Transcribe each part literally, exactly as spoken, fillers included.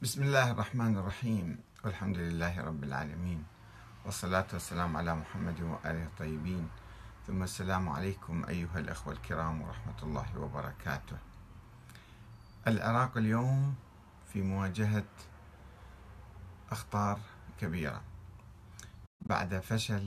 بسم الله الرحمن الرحيم، والحمد لله رب العالمين، والصلاة والسلام على محمد وآله الطيبين، ثم السلام عليكم أيها الأخوة الكرام ورحمة الله وبركاته. العراق اليوم في مواجهة أخطار كبيرة بعد فشل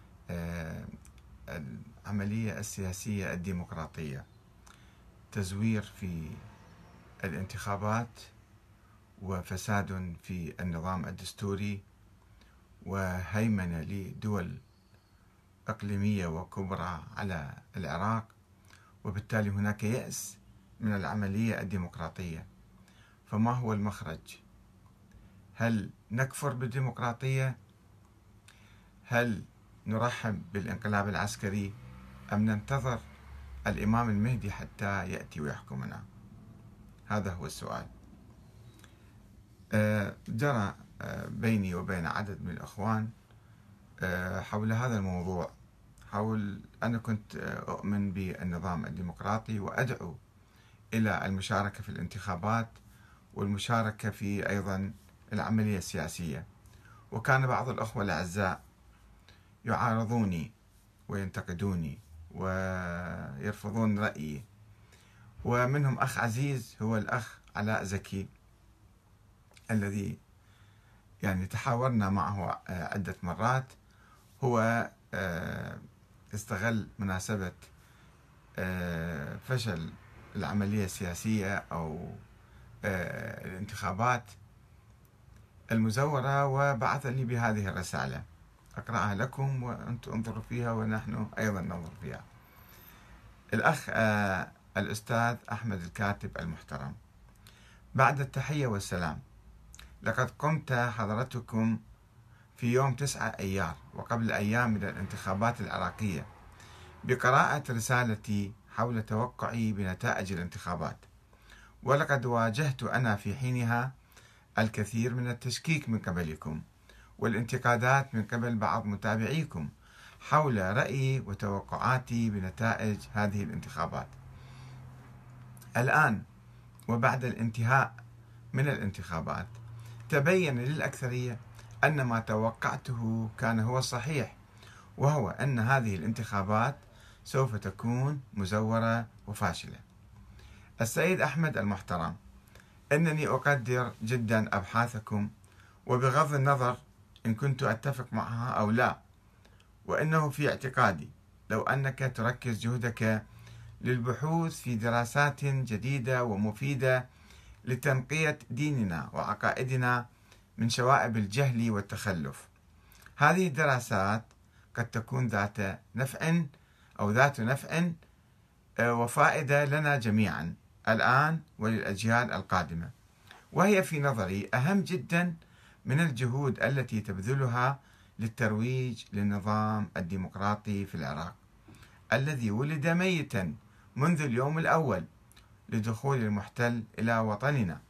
العملية السياسية الديمقراطية، تزوير في الانتخابات وفساد في النظام الدستوري وهيمنة لدول إقليمية وكبرى على العراق، وبالتالي هناك يأس من العملية الديمقراطية. فما هو المخرج؟ هل نكفر بالديمقراطية؟ هل نرحب بالانقلاب العسكري؟ أم ننتظر الإمام المهدي حتى يأتي ويحكمنا؟ هذا هو السؤال. جرى بيني وبين عدد من الأخوان حول هذا الموضوع، حول أنا كنت أؤمن بالنظام الديمقراطي وأدعو إلى المشاركة في الانتخابات والمشاركة في أيضا العملية السياسية، وكان بعض الأخوة الأعزاء يعارضوني وينتقدوني ويرفضون رأيي، ومنهم أخ عزيز هو الأخ علاء زكي الذي يعني تحاورنا معه عدة مرات. هو استغل مناسبة فشل العملية السياسية أو الانتخابات المزورة وبعث لي بهذه الرسالة، أقرأها لكم وأنتم انظروا فيها ونحن أيضا ننظر فيها. الأخ الأستاذ أحمد الكاتب المحترم، بعد التحية والسلام، لقد قمت حضرتكم في يوم تسعة أيار وقبل أيام من الانتخابات العراقية بقراءة رسالتي حول توقعي بنتائج الانتخابات، ولقد واجهت أنا في حينها الكثير من التشكيك من قبلكم والانتقادات من قبل بعض متابعيكم حول رأيي وتوقعاتي بنتائج هذه الانتخابات. الآن وبعد الانتهاء من الانتخابات تبين للأكثرية أن ما توقعته كان هو الصحيح، وهو أن هذه الانتخابات سوف تكون مزورة وفاشلة. السيد أحمد المحترم، أنني أقدر جدا أبحاثكم، وبغض النظر إن كنت أتفق معها أو لا، وأنه في اعتقادي لو أنك تركز جهدك للبحوث في دراسات جديدة ومفيدة لتنقية ديننا وعقائدنا من شوائب الجهل والتخلف، هذه الدراسات قد تكون ذات نفع أو ذات نفع وفائدة لنا جميعا الآن وللأجيال القادمة، وهي في نظري أهم جدا من الجهود التي تبذلها للترويج للنظام الديمقراطي في العراق الذي ولد ميتا منذ اليوم الأول لدخول المحتل إلى وطننا.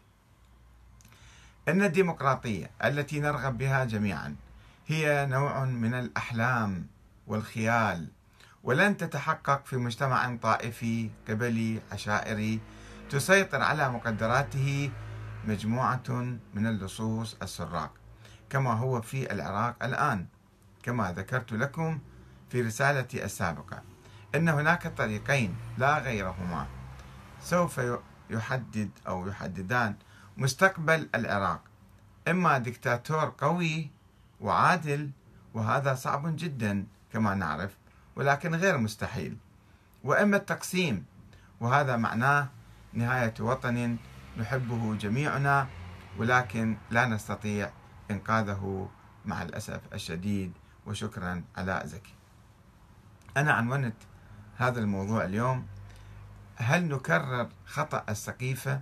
إن الديمقراطية التي نرغب بها جميعا هي نوع من الأحلام والخيال، ولن تتحقق في مجتمع طائفي قبلي عشائري تسيطر على مقدراته مجموعة من اللصوص السراق كما هو في العراق الآن. كما ذكرت لكم في رسالتي السابقة إن هناك طريقين لا غيرهما سوف يحدد أو يحددان مستقبل العراق، إما دكتاتور قوي وعادل، وهذا صعب جدا كما نعرف ولكن غير مستحيل، وإما التقسيم، وهذا معناه نهاية وطن نحبه جميعنا ولكن لا نستطيع إنقاذه مع الأسف الشديد. وشكرا علاء زكي. أنا عنونت هذا الموضوع اليوم: هل نكرر خطأ السقيفة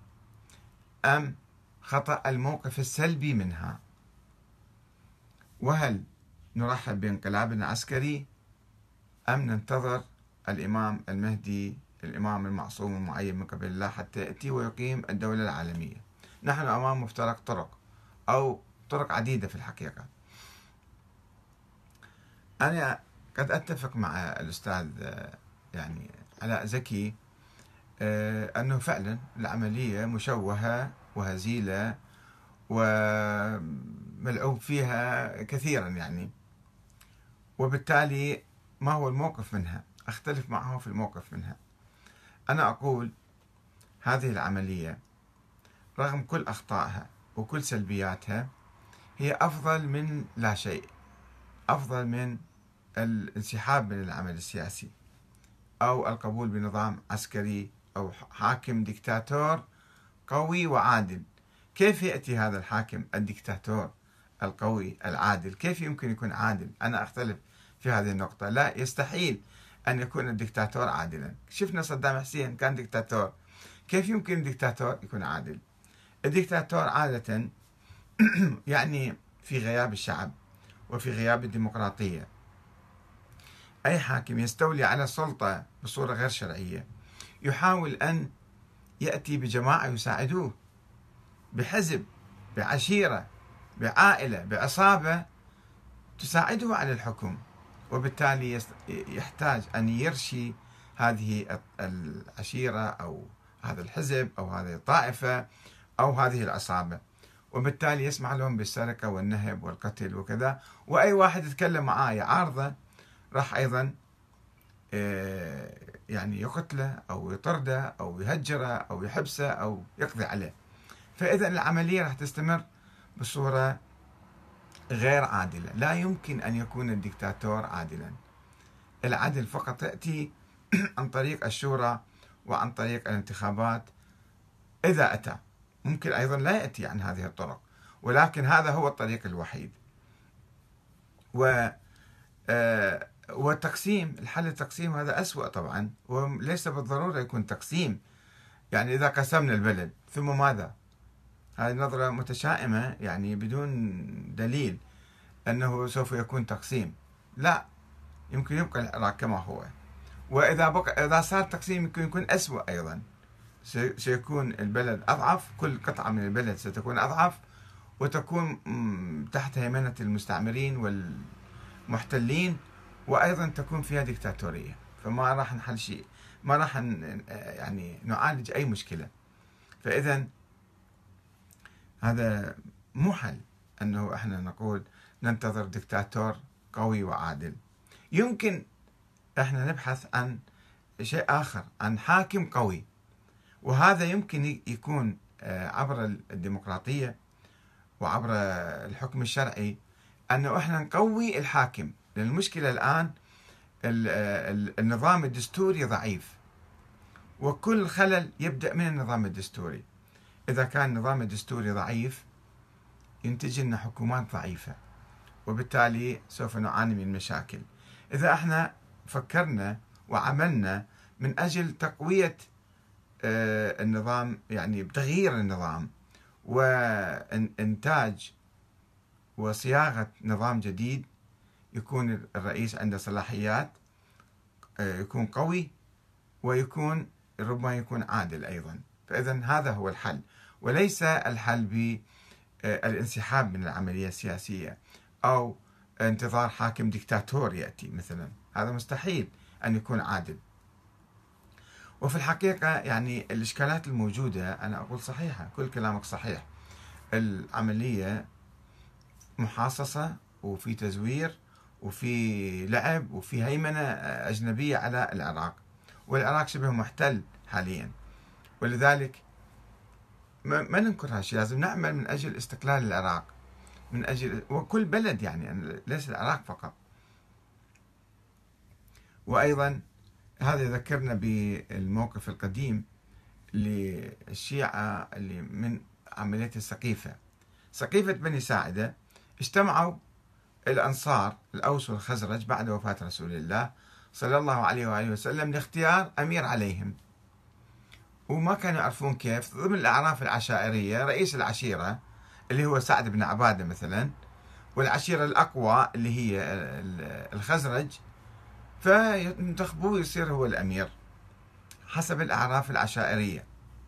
أم خطأ الموقف السلبي منها؟ وهل نرحب بانقلاب عسكري أم ننتظر الإمام المهدي الإمام المعصوم المعين من قبل الله حتى يأتي ويقيم الدولة العالمية؟ نحن أمام مفترق طرق أو طرق عديدة في الحقيقة. أنا قد أتفق مع الأستاذ يعني علاء زكي أنه فعلا العملية مشوهة وهزيلة وملعوب فيها كثيرا يعني، وبالتالي ما هو الموقف منها؟ أختلف معه في الموقف منها. أنا أقول هذه العملية رغم كل أخطائها وكل سلبياتها هي أفضل من لا شيء، أفضل من الانسحاب من العمل السياسي أو القبول بنظام عسكري أو حاكم ديكتاتور قوي وعادل. كيف يأتي هذا الحاكم الديكتاتور القوي العادل؟ كيف يمكن يكون عادل؟ أنا أختلف في هذه النقطة. لا، يستحيل أن يكون الديكتاتور عادلا. شفنا صدام حسين كان ديكتاتور، كيف يمكن الديكتاتور يكون عادل؟ الديكتاتور عادة يعني في غياب الشعب وفي غياب الديمقراطية أي حاكم يستولي على السلطة بصورة غير شرعية يحاول أن يأتي بجماعة يساعدوه، بحزب، بعشيرة، بعائلة، بعصابة تساعده على الحكم، وبالتالي يحتاج أن يرشي هذه العشيرة أو هذا الحزب أو هذه الطائفة أو هذه العصابة، وبالتالي يسمح لهم بالسرقة والنهب والقتل وكذا، وأي واحد يتكلم معاه يعارضه راح أيضا يعني يقتله أو يطرده أو يهجره أو يحبسه أو يقضي عليه. فإذا العملية راح تستمر بصورة غير عادلة. لا يمكن أن يكون الدكتاتور عادلا. العدل فقط يأتي عن طريق الشورى وعن طريق الانتخابات إذا أتى، ممكن أيضا لا يأتي عن هذه الطرق، ولكن هذا هو الطريق الوحيد. و والتقسيم، الحل التقسيم هذا أسوأ طبعا، وليس بالضرورة يكون تقسيم. يعني إذا قسمنا البلد ثم ماذا؟ هذه نظرة متشائمة يعني بدون دليل أنه سوف يكون تقسيم. لا، يمكن يبقى العراق كما هو، وإذا بقى إذا صار تقسيم يمكن يكون أسوأ أيضا. سيكون البلد أضعف، كل قطعة من البلد ستكون أضعف وتكون تحت هيمنة المستعمرين والمحتلين، وأيضا تكون فيها ديكتاتورية. فما راح نحل شيء، ما راح يعني نعالج أي مشكلة. فإذا هذا مو حل أنه إحنا نقول ننتظر ديكتاتور قوي وعادل. يمكن إحنا نبحث عن شيء آخر، عن حاكم قوي، وهذا يمكن يكون عبر الديمقراطية وعبر الحكم الشرعي، أنه إحنا نقوي الحاكم. لأن المشكلة الآن النظام الدستوري ضعيف، وكل خلل يبدأ من النظام الدستوري. إذا كان النظام الدستوري ضعيف ينتج لنا حكومات ضعيفة، وبالتالي سوف نعاني من مشاكل. إذا احنا فكرنا وعملنا من أجل تقوية النظام، يعني بتغيير النظام وإنتاج وصياغة نظام جديد يكون الرئيس عنده صلاحيات، يكون قوي، ويكون ربما يكون عادل أيضا. فإذا هذا هو الحل، وليس الحل بالانسحاب من العملية السياسية أو انتظار حاكم ديكتاتور يأتي مثلا. هذا مستحيل أن يكون عادل. وفي الحقيقة يعني الإشكالات الموجودة أنا أقول صحيحة، كل كلامك صحيح. العملية محاصصة وفي تزوير وفي لعب وفي هيمنة أجنبية على العراق، والعراق شبه محتل حاليا، ولذلك ما ننكر هالشيء. لازم نعمل من أجل استقلال العراق، من أجل وكل بلد، يعني ليس العراق فقط. وأيضا هذا يذكرنا بالموقف القديم للشيعة اللي من عملية السقيفة. سقيفة بني ساعدة اجتمعوا الأنصار الأوس والخزرج بعد وفاة رسول الله صلى الله عليه وآله وسلم لاختيار أمير عليهم، وما كانوا يعرفون كيف. ضمن الأعراف العشائرية رئيس العشيرة اللي هو سعد بن عبادة مثلا، والعشيرة الأقوى اللي هي الخزرج، فينتخبوه يصير هو الأمير حسب الأعراف العشائرية.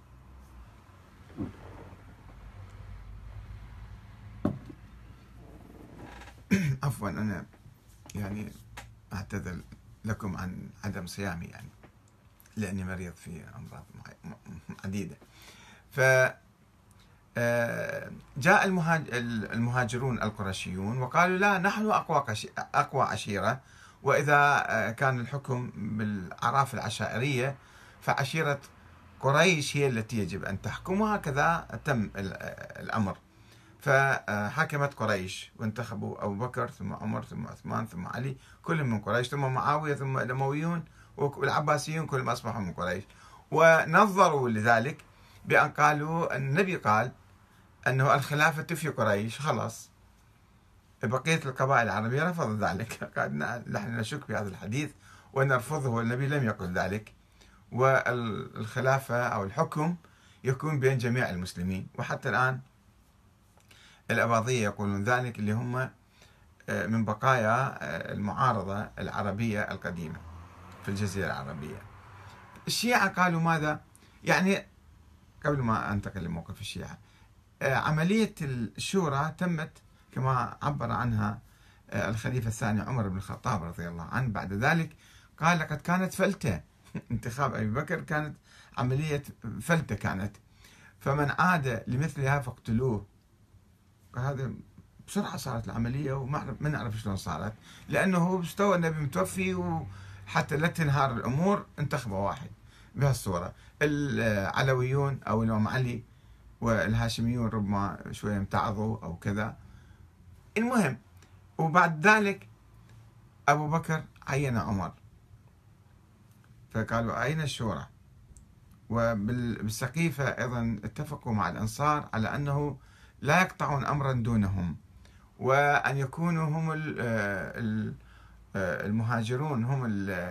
عفوا أنا يعني أعتذر لكم عن عدم صيامي، يعني لأني مريض في أمراض عديدة. ف جاء المهاجرون القرشيون وقالوا لا، نحن أقوى أقوى عشيرة، وإذا كان الحكم بالأعراف العشائرية فعشيرة قريش هي التي يجب أن تحكم، وهكذا تم الأمر. فحكمت قريش وانتخبوا أبو بكر ثم عمر ثم عثمان ثم علي، كلهم من قريش، ثم معاوية ثم الأمويون والعباسيون كلهم أصبحوا من قريش. ونظروا لذلك بأن قالوا، النبي قال أنه الخلافة في قريش، خلاص بقية القبائل العربية رفضت ذلك. قال نحن نشك في هذا الحديث ونرفضه، والنبي لم يقل ذلك، والخلافة أو الحكم يكون بين جميع المسلمين. وحتى الآن الأباضية يقولون ذلك، اللي هم من بقايا المعارضة العربية القديمة في الجزيرة العربية. الشيعة قالوا ماذا؟ يعني قبل ما أنتقل لموقف الشيعة، عملية الشورى تمت كما عبر عنها الخليفة الثاني عمر بن الخطاب رضي الله عنه. بعد ذلك قال لقد كانت فلتة، انتخاب أبي بكر كانت عملية فلتة كانت، فمن عاد لمثلها فاقتلوه. هذا بسرعة صارت العملية، وما نعرف شلون صارت، لأنه استوى النبي متوفي، وحتى لا تنهار الأمور انتخبوا واحد بهالصورة. العلويون أو الإمام علي والهاشميون ربما شوية امتعضوا أو كذا. المهم، وبعد ذلك أبو بكر عين عمر، فقالوا أين الشورى؟ وبالسقيفة أيضا اتفقوا مع الأنصار على أنه لا يقطعون أمرا دونهم، وأن يكونوا هم المهاجرون هم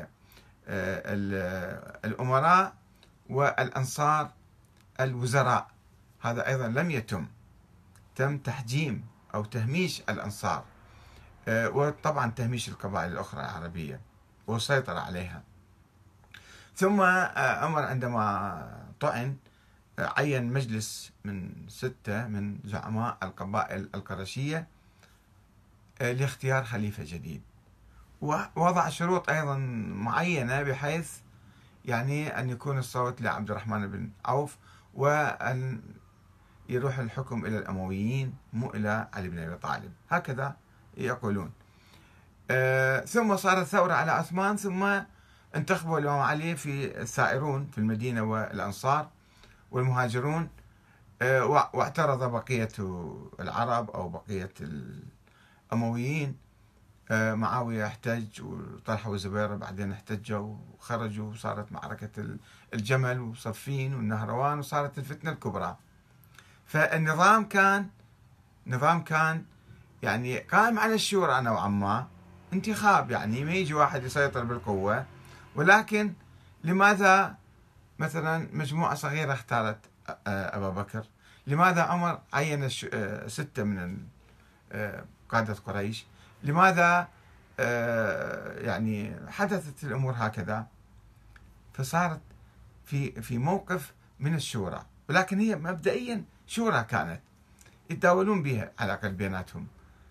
الأمراء والأنصار الوزراء. هذا أيضا لم يتم، تم تحجيم أو تهميش الأنصار، وطبعا تهميش القبائل الأخرى العربية والسيطرة عليها. ثم عمر عندما طعن عين مجلس من ستة من زعماء القبائل القرشية لاختيار خليفة جديد، ووضع شروط أيضا معينة، بحيث يعني أن يكون الصوت لعبد الرحمن بن عوف، وأن يروح الحكم إلى الأمويين مو إلى علي بن أبي طالب، هكذا يقولون. أه ثم صارت ثورة على عثمان، ثم انتخبوا الإمام علي في الثائرون في المدينة والأنصار والمهاجرون، أه واعترض بقية العرب أو بقية الأمويين. أه معاوية احتج، وطلحة والزبير بعدين احتجوا وخرجوا، وصارت معركة الجمل وصفين والنهروان، وصارت الفتنة الكبرى. فالنظام كان نظام كان يعني قائم على الشورى نوعا ما، انتخاب، يعني ما يجي واحد يسيطر بالقوة. ولكن لماذا مثلا مجموعة صغيرة اختارت أبا بكر؟ لماذا عمر عين ستة من قادة قريش؟ لماذا يعني حدثت الأمور هكذا؟ فصارت في في موقف من الشورى، ولكن هي مبدئيا شورى كانت يتداولون بها على الأقل بيناتهم.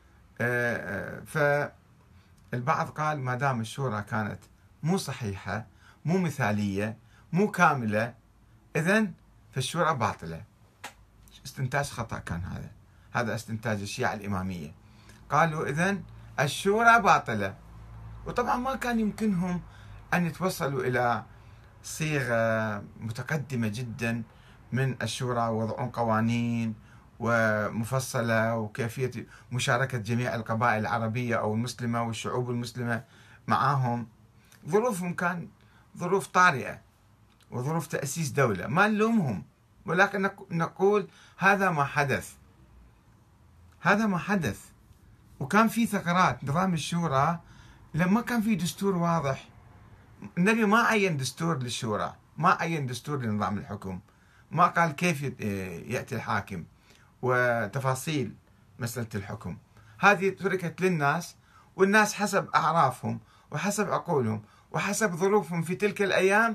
فالبعض قال ما دام الشورى كانت مو صحيحة، مو مثالية، مو كاملة، إذن فالشورى باطلة. استنتاج خطأ كان هذا، هذا استنتاج الشيعة الإمامية. قالوا إذن الشورى باطلة، وطبعا ما كان يمكنهم أن يتوصلوا إلى صيغة متقدمة جدا من الشورى، ووضعون قوانين ومفصلة، وكيفية مشاركة جميع القبائل العربية أو المسلمة والشعوب المسلمة معهم. ظروفهم كان ظروف طارئة وظروف تأسيس دولة، ما نلومهم، ولكن نقول هذا ما حدث، هذا ما حدث. وكان في ثغرات. نظام الشورى لما كان في دستور واضح، النبي ما عين دستور للشورى، ما عين دستور لنظام الحكم، ما قال كيف يأتي الحاكم وتفاصيل مسألة الحكم. هذه تركت للناس، والناس حسب أعرافهم وحسب عقولهم وحسب ظروفهم في تلك الأيام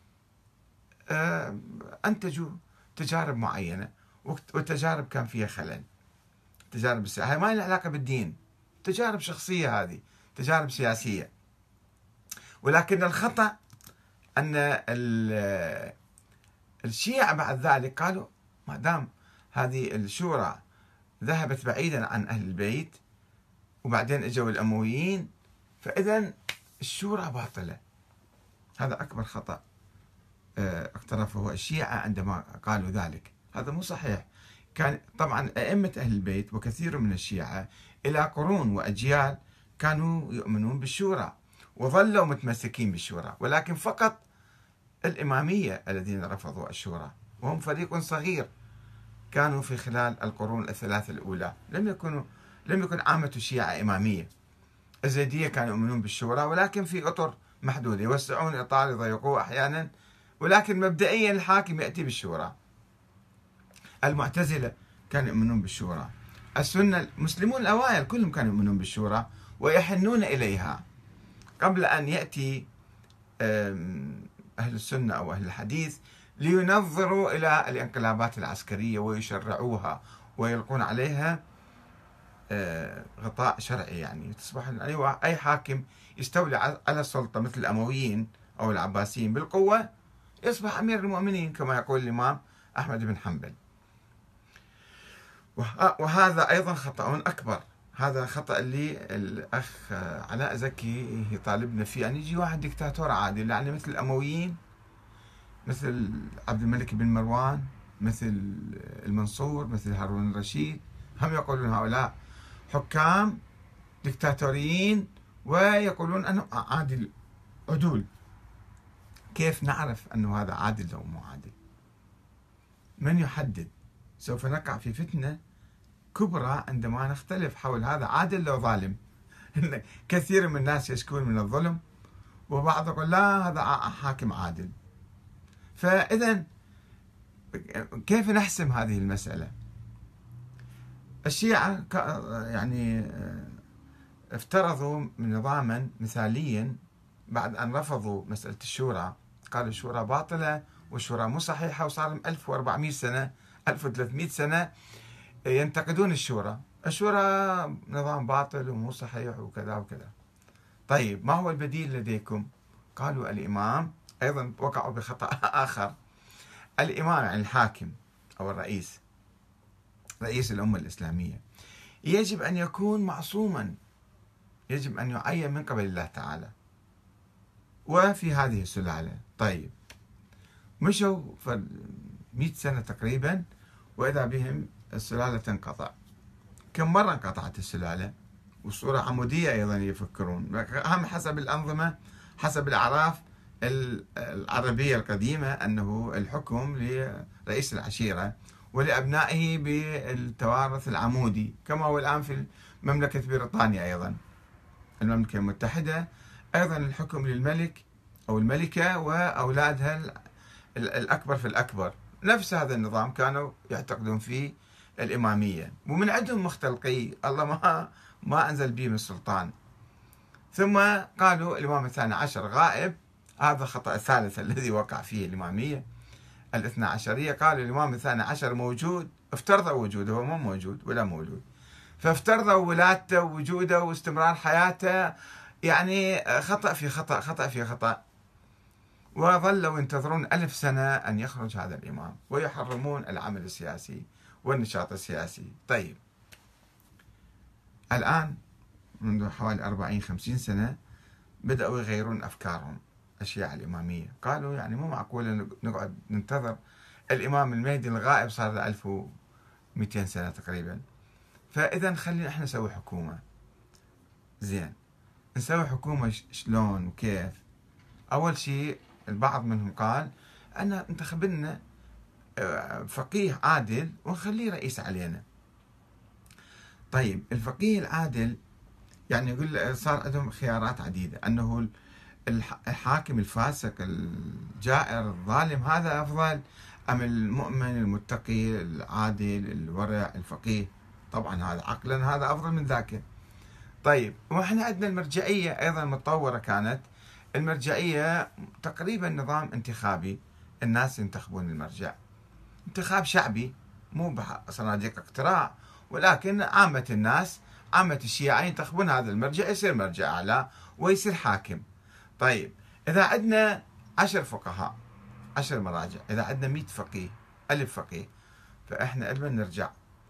أنتجوا تجارب معينة، والتجارب كان فيها خلل. تجارب السياسية ما لها علاقة بالدين، تجارب شخصية، هذه تجارب سياسية. ولكن الخطأ أن الشيعة بعد ذلك قالوا ما دام هذه الشورى ذهبت بعيدا عن أهل البيت، وبعدين اجوا الأمويين، فإذا الشورى باطلة. هذا أكبر خطأ اقترفه الشيعة عندما قالوا ذلك. هذا مو صحيح. كان طبعا أئمة أهل البيت وكثير من الشيعة إلى قرون وأجيال كانوا يؤمنون بالشورى وظلوا متمسكين بالشورى، ولكن فقط الإمامية الذين رفضوا الشورى، وهم فريق صغير كانوا في خلال القرون الثلاثة الأولى. لم يكونوا لم يكن عامة الشيعة إمامية. الزيدية كانوا يؤمنون بالشورى ولكن في أطر محدودة، يوسعون إطار يضيقوه أحيانا، ولكن مبدئيا الحاكم يأتي بالشورى. المعتزلة كانوا يؤمنون بالشورى. السنة المسلمون الأوائل كلهم كانوا يؤمنون بالشورى ويحنون إليها قبل أن يأتي أهل السنة أو أهل الحديث لينظروا إلى الانقلابات العسكرية ويشرعوها ويلقون عليها غطاء شرعي. يعني تصبح أي حاكم يستولي على السلطة مثل الأمويين أو العباسيين بالقوة يصبح أمير المؤمنين كما يقول الإمام أحمد بن حنبل. وهذا أيضا خطأ أكبر. هذا خطأ اللي الأخ علاء زكي يطالبنا فيه، أن يجي واحد دكتاتور عادل، يعني مثل الأمويين، مثل عبد الملك بن مروان، مثل المنصور، مثل هارون الرشيد، هم يقولون هؤلاء حكام دكتاتوريين ويقولون أنه عادل عدول. كيف نعرف أنه هذا عادل أو مو عادل؟ من يحدد؟ سوف نقع في فتنة كبرى عندما نختلف حول هذا عادل لو ظالم. كثير من الناس يشكون من الظلم، وبعض يقول لا هذا حاكم عادل. فإذا كيف نحسم هذه المسألة؟ الشيعة يعني افترضوا نظاما مثاليا بعد أن رفضوا مسألة الشورى. قالوا الشورى باطلة والشورى مو صحيحة، وصار لهم ألف وأربعمئة سنة ألف وثلاثمئة سنة ينتقدون الشورى. الشورى نظام باطل ومو صحيح وكذا وكذا. طيب ما هو البديل لديكم؟ قالوا الإمام. أيضا وقعوا بخطأ آخر. الإمام يعني الحاكم أو الرئيس، رئيس الأمة الإسلامية، يجب أن يكون معصوما، يجب أن يعين من قبل الله تعالى وفي هذه السلالة. طيب مشوا مئة سنة تقريبا وإذا بهم السلالة تنقطع. كم مرة انقطعت السلالة؟ والصورة عمودية أيضا يفكرون، هم حسب الأنظمة حسب الأعراف العربية القديمة أنه الحكم لرئيس العشيرة ولأبنائه بالتوارث العمودي، كما هو الآن في مملكة بريطانيا. أيضا المملكة المتحدة أيضا الحكم للملك أو الملكة وأولادها الأكبر في الأكبر. نفس هذا النظام كانوا يعتقدون فيه الإمامية، ومن عندهم مختلقي الله ما ما أنزل به من السلطان. ثم قالوا الإمام الثاني عشر غائب. هذا الخطأ الثالث الذي وقع فيه الإمامية الاثنى عشرية. قالوا الإمام الثاني عشر موجود، افترضوا وجوده، هو مو موجود ولا مولود، فافترضوا ولادته ووجوده واستمرار حياته. يعني خطأ في خطأ خطأ في خطأ. وظلوا ينتظرون ألف سنة أن يخرج هذا الإمام ويحرمون العمل السياسي والنشاط السياسي. طيب الآن منذ حوالي أربعين خمسين سنة بدأوا يغيرون أفكارهم الشيعة الإمامية. قالوا يعني مو معقول نقعد ننتظر الإمام المهدي الغائب صار له ألف ومئتين سنة تقريبا. فإذا خلينا إحنا نسوي حكومة. زين، نسوي حكومة شلون وكيف؟ أول شيء البعض منهم قال أن انتخب لنا فقيه عادل ونخليه رئيس علينا. طيب الفقيه العادل يعني يقول صار عندهم خيارات عديدة، أنه الحاكم الفاسق الجائر الظالم هذا أفضل أم المؤمن المتقي العادل الورع الفقيه؟ طبعا هذا عقلا هذا أفضل من ذاك. طيب وإحنا عندنا المرجعية أيضا متطورة كانت. المرجعية تقريبا نظام انتخابي، الناس ينتخبون المرجع، انتخاب شعبي مو بصناديق اقتراع، ولكن عامة الناس عامة الشيعة ينتخبون هذا المرجع يصير مرجع أعلى ويصير حاكم. طيب إذا عندنا عشر فقهاء عشر مراجع، إذا عندنا مئة فقيه ألف فقيه، فإحنا لمن نرجع؟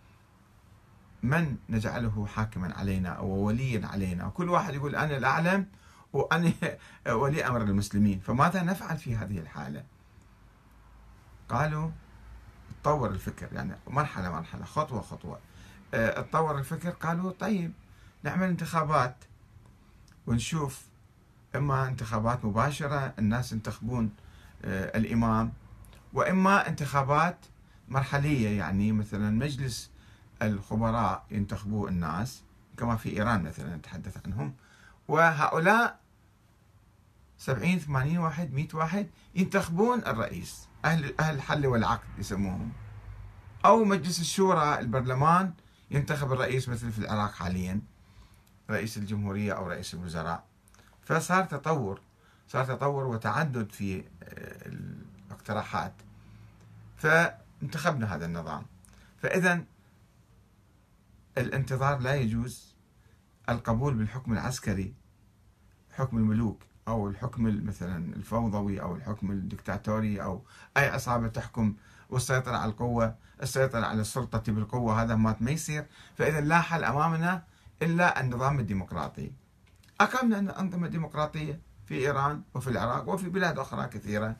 من نجعله حاكما علينا أو وليا علينا؟ كل واحد يقول أنا الأعلم وأنا ولي أمر المسلمين. فماذا نفعل في هذه الحالة؟ قالوا تطور الفكر، يعني مرحلة مرحلة خطوة خطوة. اتطور الفكر، قالوا طيب نعمل انتخابات ونشوف، إما انتخابات مباشرة الناس ينتخبون الإمام، وإما انتخابات مرحلية، يعني مثلا مجلس الخبراء ينتخبوا الناس كما في إيران مثلا نتحدث عنهم، وهؤلاء سبعين ثمانين واحد مئة واحد ينتخبون الرئيس، أهل أهل الحل والعقد يسموهم، أو مجلس الشورى البرلمان ينتخب الرئيس مثل في العراق حاليا رئيس الجمهورية أو رئيس الوزراء. فصار تطور، صار تطور وتعدد في الاقتراحات، فانتخبنا هذا النظام. فإذا الانتظار لا يجوز، القبول بالحكم العسكري، حكم الملوك أو الحكم مثلا الفوضوي أو الحكم الدكتاتوري أو أي عصابة تحكم، والسيطرة على القوة، السيطرة على السلطة بالقوة، هذا ما يصير. فإذا لا حل أمامنا إلا النظام الديمقراطي. أقمنا أنظمة ديمقراطية في إيران وفي العراق وفي بلاد أخرى كثيرة،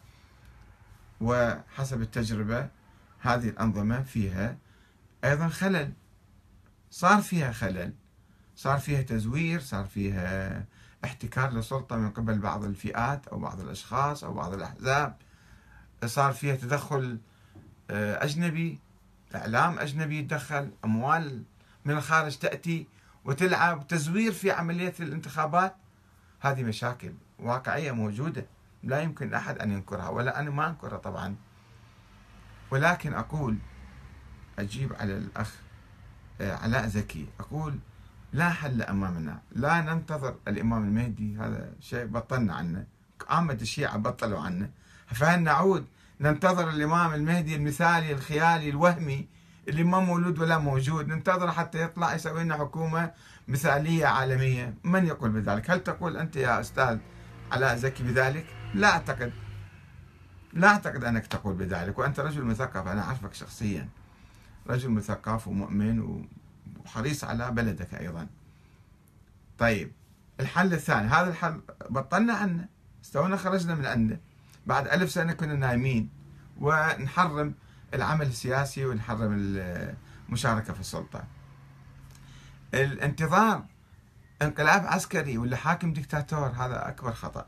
وحسب التجربة هذه الأنظمة فيها أيضا خلل، صار فيها خلل، صار فيها تزوير، صار فيها احتكار للسلطة من قبل بعض الفئات أو بعض الأشخاص أو بعض الأحزاب، صار فيها تدخل أجنبي، إعلام أجنبي يتدخل، أموال من الخارج تأتي وتلعب، تزوير في عملية الانتخابات. هذه مشاكل واقعية موجودة لا يمكن أحد أن ينكرها، ولا أنا ما أنكرها طبعا. ولكن أقول، أجيب على الأخ علاء زكي، أقول لا حل أمامنا، لا ننتظر الإمام المهدي، هذا شيء بطلنا عنه، عامة الشيعة بطلوا عنه، فهل نعود ننتظر الإمام المهدي المثالي الخيالي الوهمي اللي ما مولود ولا موجود، ننتظر حتى يطلع يسوي لنا حكومة مثالية عالمية؟ من يقول بذلك؟ هل تقول أنت يا أستاذ علاء زكي بذلك؟ لا أعتقد، لا أعتقد أنك تقول بذلك، وأنت رجل مثقف، أنا أعرفك شخصيا، رجل مثقف ومؤمن وحريص على بلدك أيضا. طيب الحل الثاني، هذا الحل بطلنا عنه، استوينا خرجنا من عنده، بعد ألف سنة كنا نايمين، ونحرم العمل السياسي ونحرم المشاركة في السلطة. الانتظار انقلاب عسكري ولا حاكم دكتاتور هذا أكبر خطأ.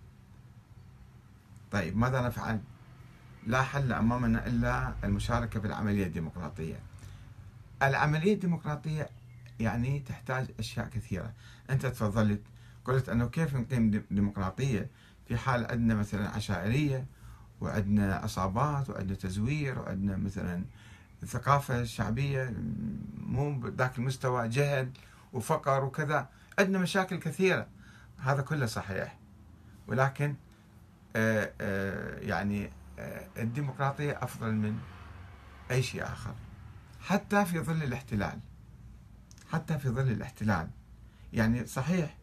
طيب ماذا نفعل؟ لا حل أمامنا إلا المشاركة في العملية الديمقراطية. العملية الديمقراطية يعني تحتاج أشياء كثيرة. أنت تفضلت قلت أنه كيف نقيم ديمقراطية في حال عندنا مثلا عشائرية وعندنا عصابات وعندنا تزوير وعندنا مثلا ثقافة شعبية مو بذاك المستوى، جهل وفقر وكذا، عندنا مشاكل كثيرة. هذا كله صحيح، ولكن آآ آآ يعني آآ الديمقراطية أفضل من أي شيء آخر، حتى في ظل الاحتلال، حتى في ظل الاحتلال. يعني صحيح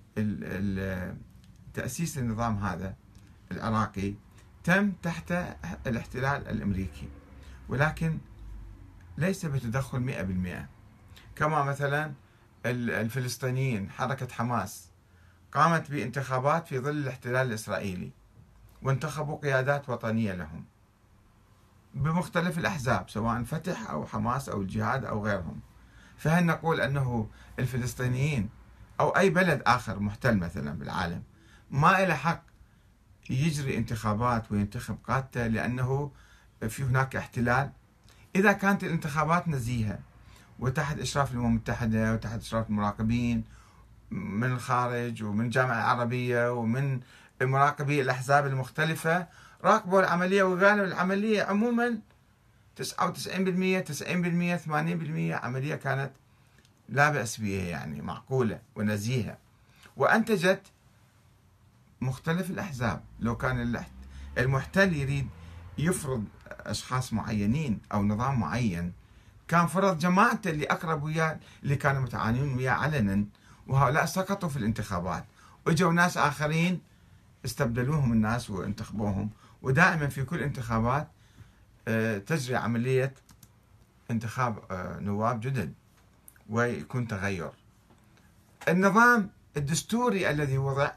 تأسيس النظام هذا العراقي تم تحت الاحتلال الأمريكي، ولكن ليس بتدخل مئة بالمئة. كما مثلا الفلسطينيين، حركة حماس قامت بانتخابات في ظل الاحتلال الإسرائيلي، وانتخبوا قيادات وطنية لهم بمختلف الأحزاب سواء فتح أو حماس أو الجهاد أو غيرهم. فهل نقول أنه الفلسطينيين أو أي بلد آخر محتل مثلا بالعالم ما له حق يجري انتخابات وينتخب قادته لأنه في هناك احتلال؟ إذا كانت الانتخابات نزيهة وتحت إشراف الأمم المتحدة وتحت إشراف المراقبين من الخارج ومن الجامعة العربية ومن مراقبي الأحزاب المختلفة، راقبوا العملية وقالوا العملية عموما تسعة وتسعين بالمئة تسعين بالمئة ثمانين بالمئة عملية كانت لا بأس بها، يعني معقولة ونزيهة، وأنتجت مختلف الأحزاب. لو كان المحتل يريد يفرض أشخاص معينين أو نظام معين، كان فرض جماعته اللي أقرب وياه اللي كانوا متعاونين وياه علنا، وهؤلاء سقطوا في الانتخابات، وجوا ناس آخرين استبدلوهم الناس وانتخبوهم. ودائما في كل انتخابات تجري عملية انتخاب نواب جدد ويكون تغير. النظام الدستوري الذي وضع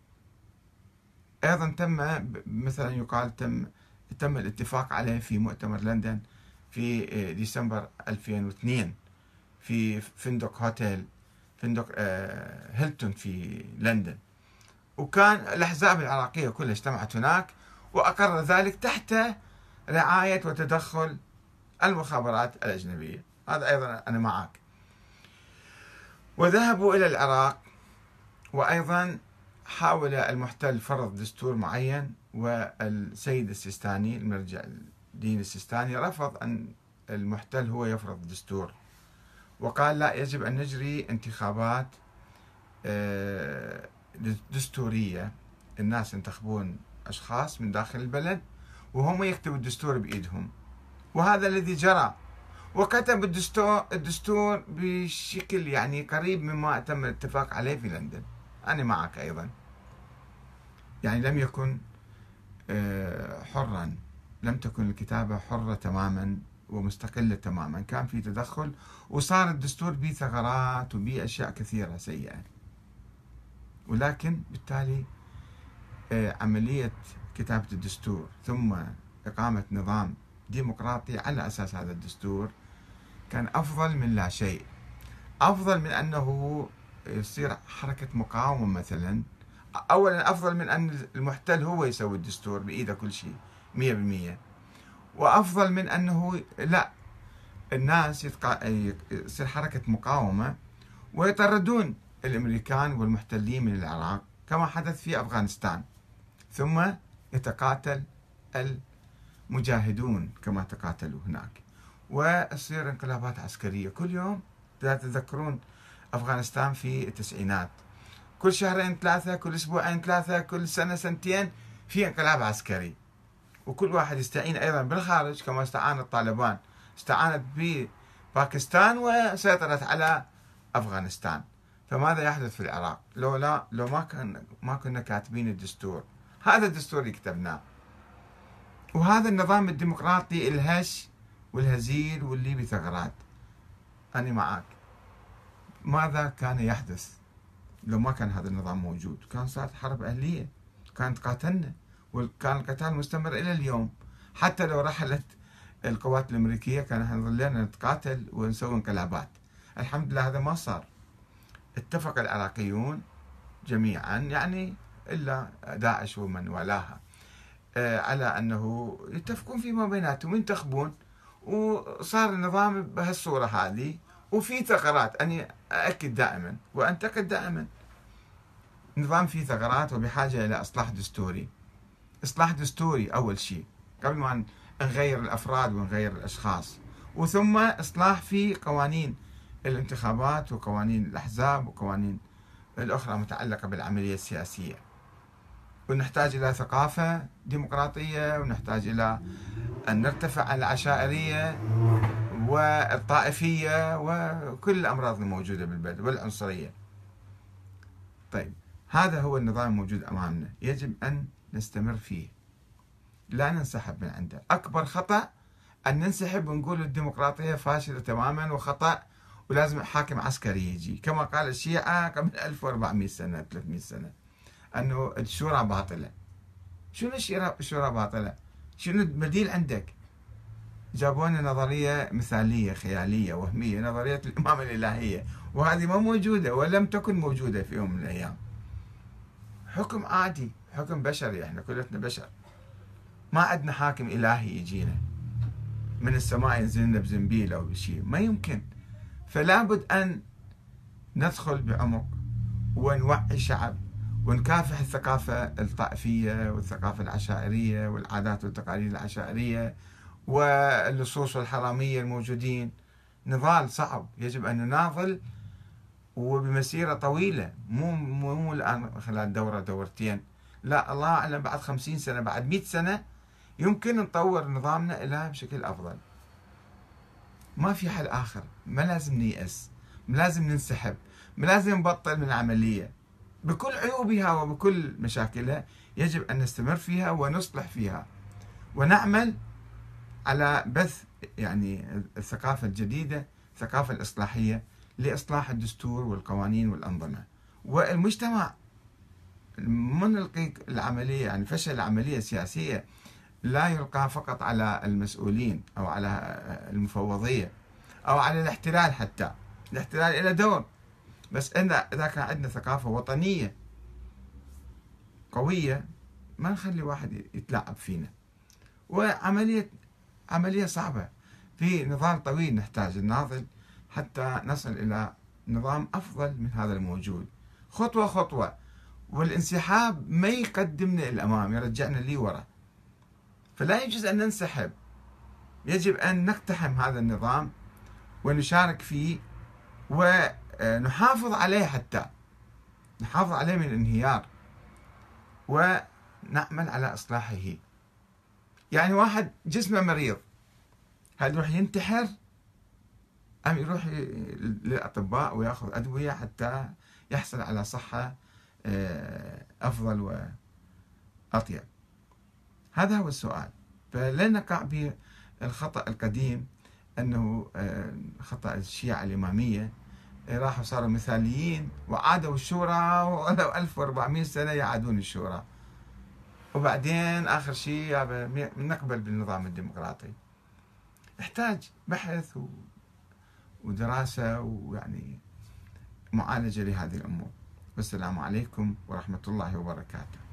أيضا تم، مثلا يقال تم تم الاتفاق عليه في مؤتمر لندن في ديسمبر ألفين واثنين في فندق هوتيل فندق هيلتون في لندن، وكان الأحزاب العراقية كلها اجتمعت هناك وأقر ذلك تحت رعاية وتدخل المخابرات الأجنبية. هذا أيضا أنا معك. وذهبوا إلى العراق، وأيضا حاول المحتل فرض دستور معين، والسيد السيستاني المرجع الدين السيستاني رفض أن المحتل هو يفرض دستور، وقال لا، يجب أن نجري انتخابات دستورية، الناس ينتخبون أشخاص من داخل البلد وهم يكتبوا الدستور بإيدهم. وهذا الذي جرى، وكتب الدستور الدستور بشكل يعني قريب مما تم الاتفاق عليه في لندن. أنا معك أيضا، يعني لم يكن حرا، لم تكن الكتابة حرة تماما ومستقلة تماما، كان في تدخل، وصار الدستور به ثغرات وبه أشياء كثيرة سيئة. ولكن بالتالي عملية كتابة الدستور ثم إقامة نظام ديمقراطي على أساس هذا الدستور كان أفضل من لا شيء، أفضل من أنه يصير حركة مقاومة مثلا. أولا أفضل من أن المحتل هو يسوي الدستور بإيده كل شيء مية بالمية، وأفضل من أنه لا، الناس يتقا... يصير حركة مقاومة ويطردون الأمريكان والمحتلين من العراق كما حدث في أفغانستان، ثم يتقاتل المجاهدون كما تقاتلوا هناك، وتصير انقلابات عسكرية كل يوم. تذكرون أفغانستان في التسعينات، كل شهرين ثلاثة، كل أسبوعين ثلاثة، كل سنة سنتين في انقلاب عسكري، وكل واحد يستعين أيضا بالخارج، كما استعانت طالبان، استعانت بباكستان وسيطرت على أفغانستان. فماذا يحدث في العراق لو لا لو ما كان ما كنا كاتبين الدستور؟ هذا الدستور اللي كتبناه، وهذا النظام الديمقراطي الهش والهزيل واللي بثغرات. أنا معك. ماذا كان يحدث لو ما كان هذا النظام موجود؟ كان صارت حرب أهلية، كانت قاتلنا، وكان القتال مستمر إلى اليوم. حتى لو رحلت القوات الأمريكية كان نظلنا نتقاتل ونسوي انقلابات. الحمد لله هذا ما صار. اتفق العراقيون جميعا، يعني إلا داعش ومن والاها، على أنه يتفقون فيما بيناتهم ينتخبون، وصار النظام بهالصورة هذه، وفي ثغرات. أنا أأكد دائما وأنتقد دائما، نظام فيه ثغرات وبحاجة إلى إصلاح دستوري. إصلاح دستوري أول شيء قبل ما نغير الأفراد ونغير الأشخاص، وثم إصلاح في قوانين الانتخابات وقوانين الأحزاب وقوانين الأخرى متعلقة بالعملية السياسية. ونحتاج إلى ثقافة ديمقراطية، ونحتاج إلى أن نرتفع عن العشائرية والطائفية وكل الأمراض الموجودة بالبلد والعنصرية. طيب، هذا هو النظام الموجود أمامنا، يجب أن نستمر فيه، لا ننسحب من عنده. أكبر خطأ أن ننسحب ونقول الديمقراطية فاشلة تماما وخطأ ولازم حاكم عسكري يجي، كما قال الشيعة قبل ألف وأربعمئة سنة ثلاثمئة سنة أنه الشورى باطلة. شنو الشورى باطلة؟ شنو البديل عندك؟ جابوا لنا نظرية مثالية خيالية وهمية، نظرية الإمامة الإلهية، وهذه ما موجودة ولم تكن موجودة في يوم من الأيام. حكم عادي، حكم بشري، احنا كلنا بشر، ما عندنا حاكم إلهي يجينا من السماء ينزل لنا بزنبيل أو بشيء، ما يمكن. فلا بد أن ندخل بعمق ونوعي الشعب ونكافح الثقافة الطائفية والثقافة العشائرية والعادات والتقاليد العشائرية واللصوص والحرامية الموجودين. نضال صعب، يجب أن نناضل وبمسيرة طويلة، مو مو الآن خلال دورة دورتين، لا، الله أعلم بعد خمسين سنة، بعد مئة سنة يمكن نطور نظامنا إلى بشكل أفضل. ما في حل آخر، ما لازم نيأس، ما لازم ننسحب، ما لازم نبطل من العملية بكل عيوبها وبكل مشاكلها. يجب أن نستمر فيها ونصلح فيها ونعمل على بث يعني الثقافة الجديدة، الثقافة الإصلاحية لإصلاح الدستور والقوانين والأنظمة. والمجتمع من نلقي العملية، يعني فشل العملية السياسية لا يلقى فقط على المسؤولين أو على المفوضية أو على الاحتلال. حتى الاحتلال له دور، بس إن إذا كان عندنا ثقافة وطنية قوية ما نخلي واحد يتلاعب فينا. وعملية عملية صعبة، في نضال طويل نحتاج نناضل حتى نصل إلى نظام أفضل من هذا الموجود، خطوة خطوة. والانسحاب ما يقدمنا إلى الأمام، يرجعنا لي ورا. فلا يجوز أن ننسحب، يجب أن نقتحم هذا النظام ونشارك فيه ونحافظ عليه، حتى نحافظ عليه من الانهيار ونعمل على إصلاحه. يعني واحد جسمه مريض، هل يروح ينتحر أم يروح للأطباء ويأخذ أدوية حتى يحصل على صحة أفضل وأطيب؟ هذا هو السؤال. فلا نقع بالخطأ القديم أنه خطأ الشيعة الإمامية، راحوا صاروا مثاليين وعادوا الشورى، ولو ألف وأربعمئة سنة يعادون الشورى، وبعدين آخر شيء نقبل بالنظام الديمقراطي. يحتاج بحث ودراسة ويعني معالجة لهذه الأمور. والسلام عليكم ورحمة الله وبركاته.